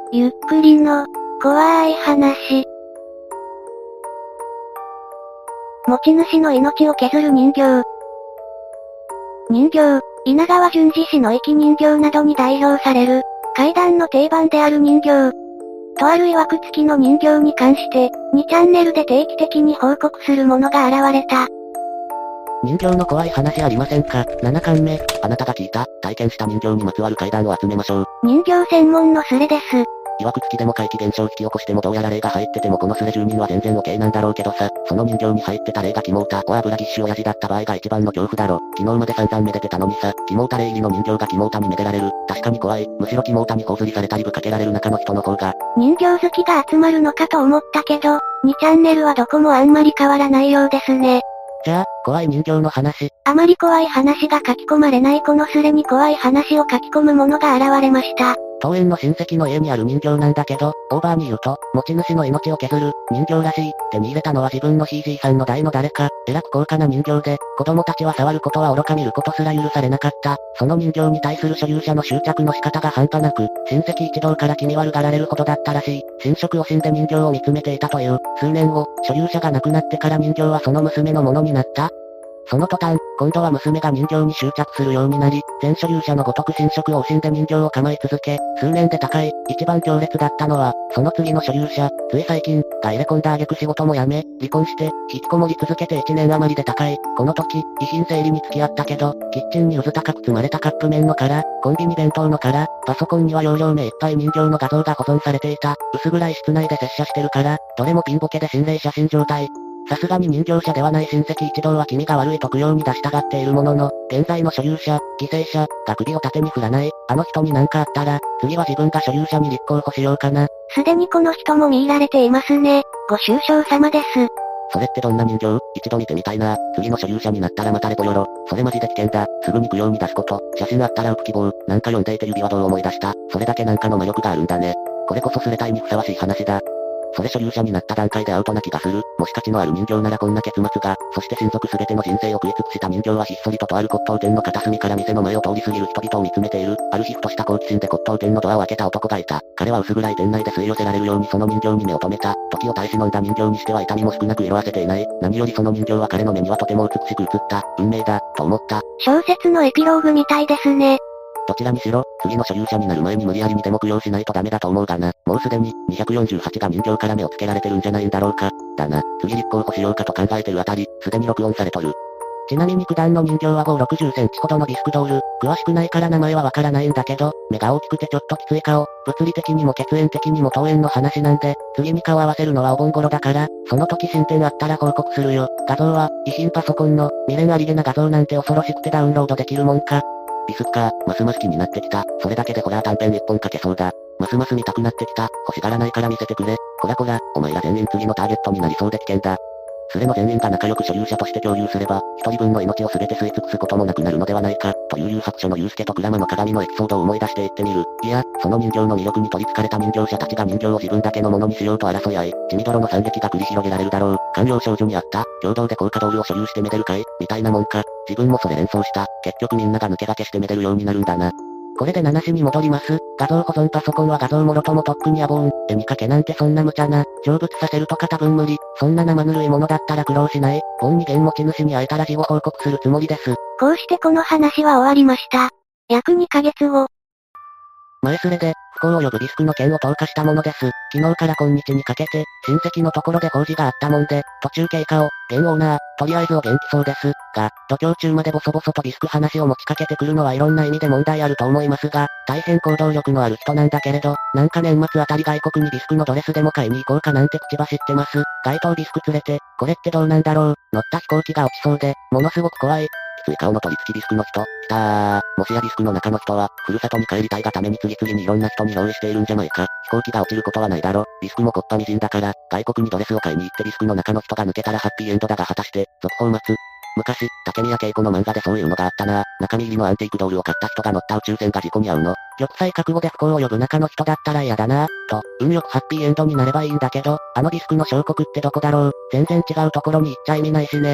ゆっくりの、怖い話。持ち主の命を削る人形。人形、稲川淳二氏の生き人形などに代表される、怪談の定番である人形。とある曰く付きの人形に関して、2チャンネルで定期的に報告するものが現れた。 人形の怖い話ありませんか？ 7 巻目、あなたが聞いた、体験した人形にまつわる怪談を集めましょう。 人形専門のスレです。 曰く付きでも怪奇現象を引き起こしてもどうやら霊が入っててもこのスレ住人は全然 OK なんだろうけどさ、その人形に入ってた霊がキモータ、お油ぎっしゅ親父だった場合が一番の恐怖だろ。昨日まで散々めでてたのにさ、キモータ霊入りの人形がキモータにめでられる。確かに怖い。むしろキモータに頬ずりされたりぶかけられる中の人の方が。 人形好きが集まるのかと思ったけど、2チャンネルはどこもあんまり変わらないようですね。 じゃあ、怖い人形の話。 あまり怖い話が書き込まれないこのスレに怖い話を書き込むものが現れました。 当園の親戚の家にある人形なんだけど、オーバーに言うと、持ち主の命を削る、人形らしい。手に入れたのは自分のひいじいさんの代の誰か、えらく高価な人形で、子供たちは触ることは愚か見ることすら許されなかった。その人形に対する所有者の執着の仕方が半端なく、親戚一同から気味悪がられるほどだったらしい。寝食を死んで人形を見つめていたという。数年後、所有者が亡くなってから人形はその娘のものになった。その途端、今度は娘が人形に執着するようになり、前所有者のごとく寝食を惜しんで人形を構え続け、数年で高い、一番強烈だったのは、その次の所有者、つい最近、が入れ込んだ挙句仕事も辞め、離婚して、引きこもり続けて1年余りで高い、この時、遺品整理に付き合ったけど、キッチンにうず高く積まれたカップ麺の殻、コンビニ弁当の殻、パソコンには容量目いっぱい人形の画像が保存されていた、薄暗い室内で拙者してるから、どれもピンボケで心霊写真状態。さすがに人形者ではない親戚一同は気味が悪いと供養に出したがっているものの、現在の所有者、犠牲者、が首を縦に振らない、あの人に何かあったら、次は自分が所有者に立候補しようかな。 すでにこの人も見入られていますね。ご愁傷様です。 それってどんな人形？一度見てみたいな。次の所有者になったらまたレポよろ。それマジで危険だ。すぐに供養に出すこと。写真あったら浮く希望。なんか読んでいて指輪どう思い出した。それだけなんかの魔力があるんだね。これこそスレタイにふさわしい話だ。それ所有者になった段階でアウトな気がする。もし価値のある人形ならこんな結末が、そして親族すべての人生を食い尽くした人形はひっそりととある骨董店の片隅から店の前を通り過ぎる人々を見つめている。ある日ふとした好奇心で骨董店のドアを開けた男がいた。彼は薄暗い店内で吸い寄せられるようにその人形に目を留めた。時を耐え忍んだ人形にしては痛みも少なく色あせていない。何よりその人形は彼の目にはとても美しく映った。運命だ、と思った。 小説のエピローグみたいですね。 どちらにしろ、次の所有者になる前に無理やりにでも供養しないとダメだと思うがな。もうすでに、248が人形から目をつけられてるんじゃないんだろうか。だな、次立候補しようかと考えてるあたり、すでに録音されとる。ちなみに九段の人形は5、60センチほどのビスクドール。詳しくないから名前はわからないんだけど、目が大きくてちょっときつい顔。物理的にも血縁的にも当縁の話なんで、次に顔合わせるのはお盆頃だから、その時進展あったら報告するよ。画像は、遺品パソコンの、未練ありげな画像なんて恐ろしくてダウンロードできるもんか。ビスクか、ますます気になってきた。それだけでホラー短編一本書けそうだ。ますます見たくなってきた。欲しがらないから見せてくれ。こらこら、お前ら全員次のターゲットになりそうで危険だ。スレの全員が仲良く所有者として共有すれば、一人分の命を全て吸い尽くすこともなくなるのではないか、という誘白書のユウスケとクラマの鏡のエピソードを思い出していってみる。いや、その人形の魅力に取り憑かれた人形者たちが人形を自分だけのものにしようと争い合い、血みどろの惨劇が繰り広げられるだろう。官僚少女にあった、共同で高価道具を所有してめでるかいみたいなもんか。自分もそれ連想した。結局みんなが抜け駆けしてめでるようになるんだな。これで7紙に戻ります。画像保存パソコンは画像もろともとっくに野望。絵にかけなんてそんな無茶な。成仏させるとか多分無理。そんな生ぬるいものだったら苦労しない。本に現持ち主に会えたら事後報告するつもりです。 こうしてこの話は終わりました。約2ヶ月後。 前スレで、不幸を呼ぶリスクの件を投下したものです。昨日から今日にかけて、親戚のところで法事があったもんで、途中経過を、現オーナー、とりあえずお元気そうです。が、度胸中までボソボソとリスク話を持ちかけてくるのはいろんな意味で問題あると思いますが、大変行動力のある人なんだけれど、なんか年末あたり外国にビスクのドレスでも買いに行こうかなんて口走ってます。街頭ビスク連れて、これってどうなんだろう。乗った飛行機が落ちそうで、ものすごく怖い。きつい顔の取り付きビスクの人、きたー。もしやビスクの中の人は、ふるさとに帰りたいがために次々にいろんな人に用意しているんじゃないか。飛行機が落ちることはないだろ。ビスクもこっぱみじんだから、外国にドレスを買いに行ってビスクの中の人が抜けたらハッピーエンドだが果たして、続報を待つ。昔、竹宮恵子の漫画でそういうのがあったな。中身入りのアンティークドールを買った人が乗った宇宙船が事故に遭うの。玉砕覚悟で不幸を呼ぶ中の人だったら嫌だなと、運よくハッピーエンドになればいいんだけど、あのビスクの小国ってどこだろう。全然違うところに行っちゃ意味ないしね。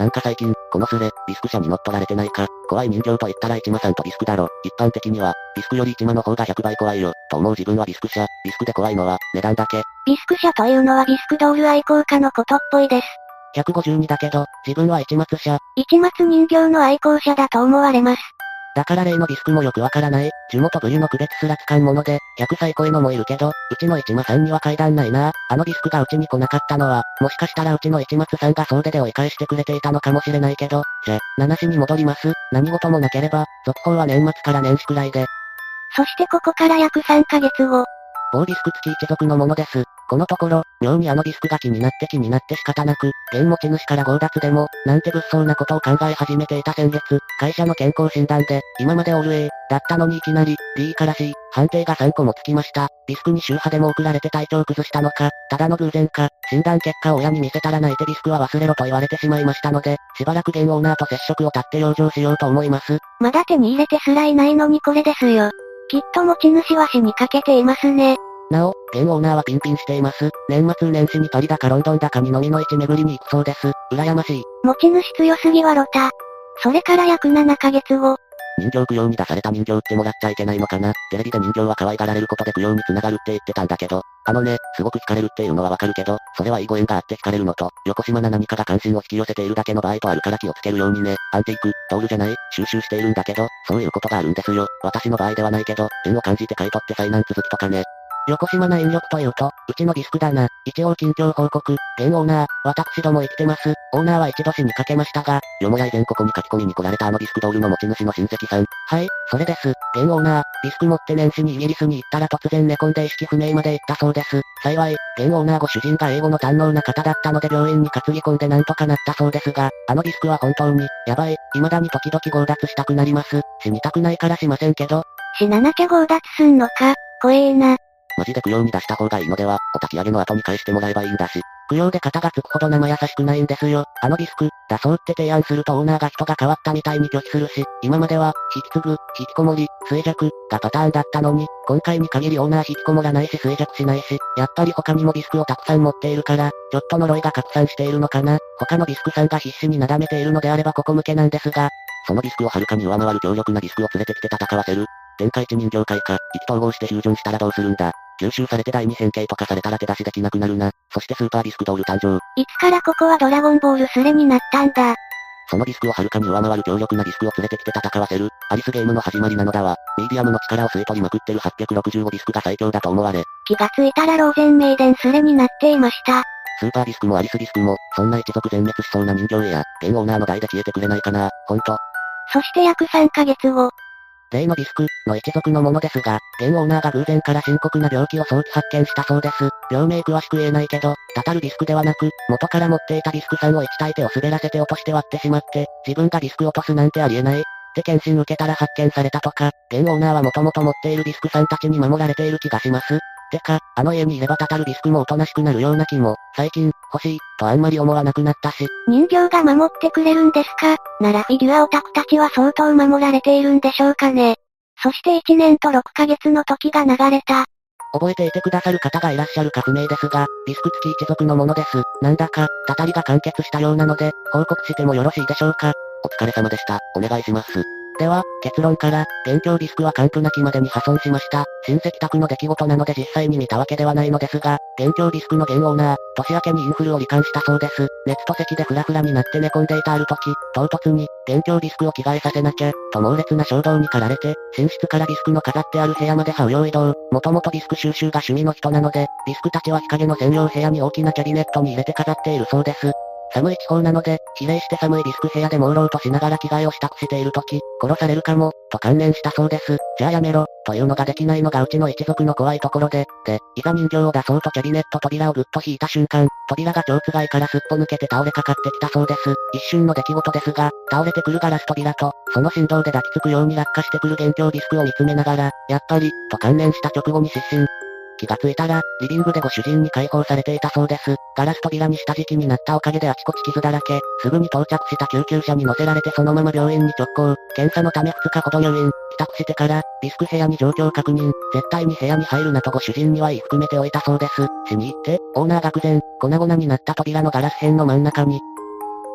なんか最近、このスレ、ビスク社に乗っ取られてないか。怖い人形と言ったらイチマさんとビスクだろ。一般的には、ビスクよりイチマの方が100倍怖いよ。と思う自分はビスク社。ビスクで怖いのは、値段だけ。 ビスク社というのはビスクドール愛好家のことっぽいです。 152だけど、自分は市松社。 市松人形の愛好者だと思われます。 だから例のビスクもよくわからない。樹木と武勇の区別すらつかんもので、100歳超えのもいるけど、うちの市松さんには階段ないな。あのビスクがうちに来なかったのは、もしかしたらうちの市松さんが総出で追い返してくれていたのかもしれないけど、七市に戻ります。何事もなければ、続報は年末から年始くらいで。 そしてここから約3ヶ月後。 某ビスク付き一族のものです。このところ、妙にあのビスクが気になって仕方なく、現持ち主から強奪でも、なんて物騒なことを考え始めていた先月、会社の健康診断で、今までオール A、だったのにいきなり、B から C、判定が3個もつきました。ビスクに周波でも送られて体調崩したのか、ただの偶然か、診断結果を親に見せたら泣いてビスクは忘れろと言われてしまいましたので、しばらく現オーナーと接触を絶って養生しようと思います。 まだ手に入れてすらいないのにこれですよ。きっと持ち主は死にかけていますね。 なお、現オーナーはピンピンしています。年末年始にパリだかロンドンだかに飲みの市巡りに行くそうです。羨ましい。 持ち主強すぎはロタ。それから約7ヶ月後。 人形供養に出された人形ってもらっちゃいけないのかな。テレビで人形は可愛がられることで供養に繋がるって言ってたんだけど、すごく惹かれるっていうのはわかるけど、それはいいご縁があって惹かれるのと、横島な何かが関心を引き寄せているだけの場合とあるから気をつけるようにね。アンティーク、トールじゃない、収集しているんだけど、そういうことがあるんですよ。私の場合ではないけど、縁を感じて買い取って災難続きとかね。横島な引力というと、うちのビスクだな。一応近況報告。現オーナー、私ども生きてます。オーナーは一度死にかけましたが、よもや以前ここに書き込みに来られたあのビスクドールの持ち主の親戚さん。はい、それです。現オーナー、ビスク持って年始にイギリスに行ったら突然寝込んで意識不明まで行ったそうです。幸い、現オーナーご主人が英語の堪能な方だったので病院に担ぎ込んでなんとかなったそうですが、あのビスクは本当に、やばい、未だに時々強奪したくなります。死にたくないからしませんけど。 死ななきゃ強奪すんのか、怖えな。 マジで供養に出した方がいいのでは、お焚き上げの後に返してもらえばいいんだし。供養で肩がつくほど生優しくないんですよ。あのビスク、出そうって提案するとオーナーが人が変わったみたいに拒否するし、今までは、引き継ぐ、引きこもり、衰弱、がパターンだったのに、今回に限りオーナー引きこもらないし衰弱しないし、やっぱり他にもビスクをたくさん持っているから、ちょっと呪いが拡散しているのかな。他のビスクさんが必死になだめているのであればここ向けなんですが、そのビスクをはるかに上回る強力なビスクを連れてきて戦わせる。天下一人形界か、意気投合してフュージョンしたらどうするんだ。吸収されて第二変形とかされたら手出しできなくなるな。そしてスーパービスクドール誕生。 いつからここはドラゴンボールスレになったんだ。 そのビスクをはるかに上回る強力なビスクを連れてきて戦わせる、アリスゲームの始まりなのだわ。ミディアムの力を吸い取りまくってる865ビスクが最強だと思われ。 気がついたらローゼンメイデンスレになっていました。 スーパービスクもアリスビスクも、そんな一族全滅しそうな人形や、現オーナーの代で消えてくれないかな、ほんと。 そして約3ヶ月後。 例のビスクの一族のものですが、現オーナーが偶然から深刻な病気を早期発見したそうです。病名詳しく言えないけど、たたるビスクではなく、元から持っていたビスクさんを1体手を滑らせて落として割ってしまって、自分がビスク落とすなんてありえない。って検診受けたら発見されたとか、現オーナーはもともと持っているビスクさんたちに守られている気がします。てか、あの家にいればたたるビスクもおとなしくなるような気も、最近、欲しい、とあんまり思わなくなったし。 人形が守ってくれるんですか？ならフィギュアオタクたちは相当守られているんでしょうかね。そして1年と6ヶ月の時が流れた。 覚えていてくださる方がいらっしゃるか不明ですが、ビスク付き一族のものです。なんだか、たたりが完結したようなので、報告してもよろしいでしょうか。お疲れ様でした。お願いします。では、結論から、現況ビスクは完膚なきまでに破損しました。親戚宅の出来事なので実際に見たわけではないのですが、現況ビスクの現オーナー、年明けにインフルを罹患したそうです。熱と咳でフラフラになって寝込んでいたある時、唐突に、現況ビスクを着替えさせなきゃ、と猛烈な衝動に駆られて、寝室からビスクの飾ってある部屋まで羽用移動。もともとビスク収集が趣味の人なので、ビスクたちは日陰の専用部屋に大きなキャビネットに入れて飾っているそうです。寒い地方なので、比例して寒いビスク部屋で朦朧としながら着替えを支度しているとき、殺されるかも、と関連したそうです。じゃあやめろ、というのができないのがうちの一族の怖いところで、いざ人形を出そうとキャビネット扉をぐっと引いた瞬間、扉が蝶つがいからすっぽ抜けて倒れかかってきたそうです。一瞬の出来事ですが、倒れてくるガラス扉と、その振動で抱きつくように落下してくる現況ビスクを見つめながら、やっぱり、と関連した直後に失神。気がついたら、リビングでご主人に解放されていたそうです。ガラス扉に下敷きになったおかげであちこち傷だらけ、すぐに到着した救急車に乗せられてそのまま病院に直行、検査のため2日ほど入院、帰宅してから、ビスク部屋に状況確認、絶対に部屋に入るなとご主人には言い含めておいたそうです。しに行って、オーナーが偶然、粉々になった扉のガラス片の真ん中に、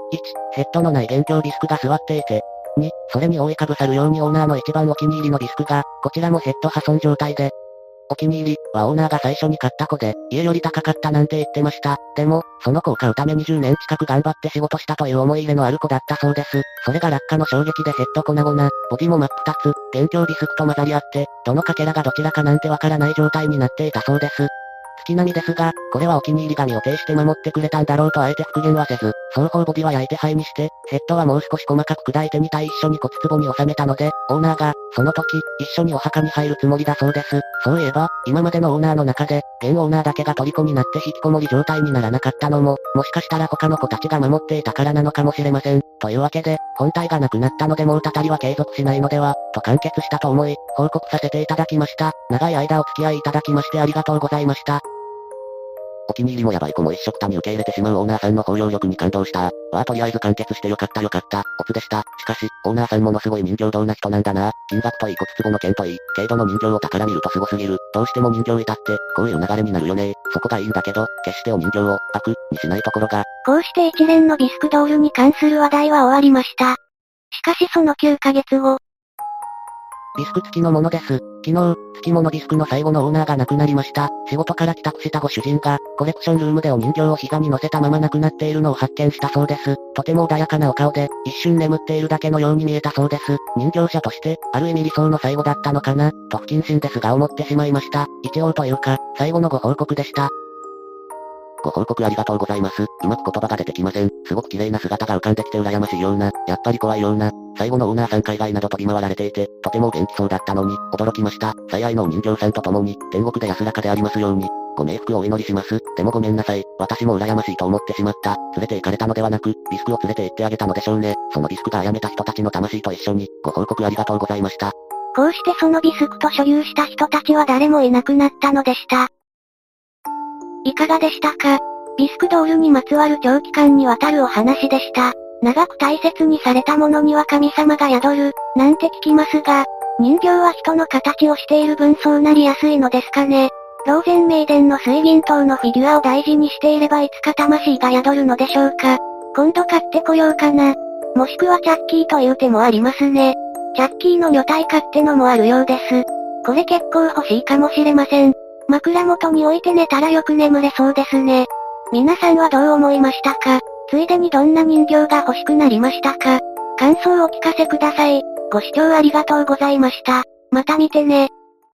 1、ヘッドのない現況ビスクが座っていて。2、それに覆いかぶさるようにオーナーの一番お気に入りのビスクが、こちらもヘッド破損状態で。お気に入りはオーナーが最初に買った子で、家より高かったなんて言ってました。でも、その子を買うため20年近く頑張って仕事したという思い入れのある子だったそうです。それが落下の衝撃でヘッド粉々、ボディも真っ二つ、現況ビスクと混ざり合って、どのかけらがどちらかなんてわからない状態になっていたそうです。月並みですが、これはお気に入りが身を挺して守ってくれたんだろうとあえて復元はせず、双方ボディは焼いて灰にして、ヘッドはもう少し細かく砕いてみたい一緒に骨壺に収めたので、オーナーが、その時、一緒にお墓に入るつもりだそうです。そういえば、今までのオーナーの中で、現オーナーだけが虜になって引きこもり状態にならなかったのも、もしかしたら他の子たちが守っていたからなのかもしれません。というわけで、本体がなくなったのでもうたたりは継続しないのでは、と完結したと思い、報告させていただきました。長い間お付き合いいただきましてありがとうございました。お気に入りもヤバい子も一緒くたに受け入れてしまうオーナーさんの包容力に感動した。とりあえず完結してよかったよかった。オツでした。しかし、オーナーさんものすごい人形道な人なんだな。金額といい骨壺の剣といい、軽度の人形を宝見ると凄すぎる。どうしても人形いたって、こういう流れになるよね。そこがいいんだけど、決してお人形を、悪、にしないところが。 こうして一連のビスクドールに関する話題は終わりました。しかしその9ヶ月後、 ビスク付きのものです。昨日、付き物ビスクの最後のオーナーが亡くなりました。仕事から帰宅したご主人が、コレクションルームでお人形を膝に乗せたまま亡くなっているのを発見したそうです。とても穏やかなお顔で、一瞬眠っているだけのように見えたそうです。人形者として、ある意味理想の最後だったのかな、と不謹慎ですが思ってしまいました。一応というか、最後のご報告でした。ご報告ありがとうございます。うまく言葉が出てきません。すごく綺麗な姿が浮かんできて羨ましいような、やっぱり怖いような。最後のオーナーさん海外など飛び回られていて、とても元気そうだったのに、驚きました。最愛のお人形さんと共に、天国で安らかでありますように。ご冥福をお祈りします。でもごめんなさい。私も羨ましいと思ってしまった。連れて行かれたのではなく、ビスクを連れて行ってあげたのでしょうね。そのビスクが殺めた人たちの魂と一緒に、ご報告ありがとうございました。 こうしてそのビスクと所有した人たちは誰もいなくなったのでした。いかがでしたか？ビスクドールにまつわる長期間にわたるお話でした。長く大切にされたものには神様が宿る、なんて聞きますが、人形は人の形をしている分そうなりやすいのですかね。ローゼンメイデンの水銀塔のフィギュアを大事にしていればいつか魂が宿るのでしょうか。今度買ってこようかな。もしくはチャッキーという手もありますね。チャッキーの女体化ってのもあるようです。これ結構欲しいかもしれません。枕元に置いて寝たらよく眠れそうですね。皆さんはどう思いましたか？ついでにどんな人形が欲しくなりましたか？感想をお聞かせください。ご視聴ありがとうございました。また見てね。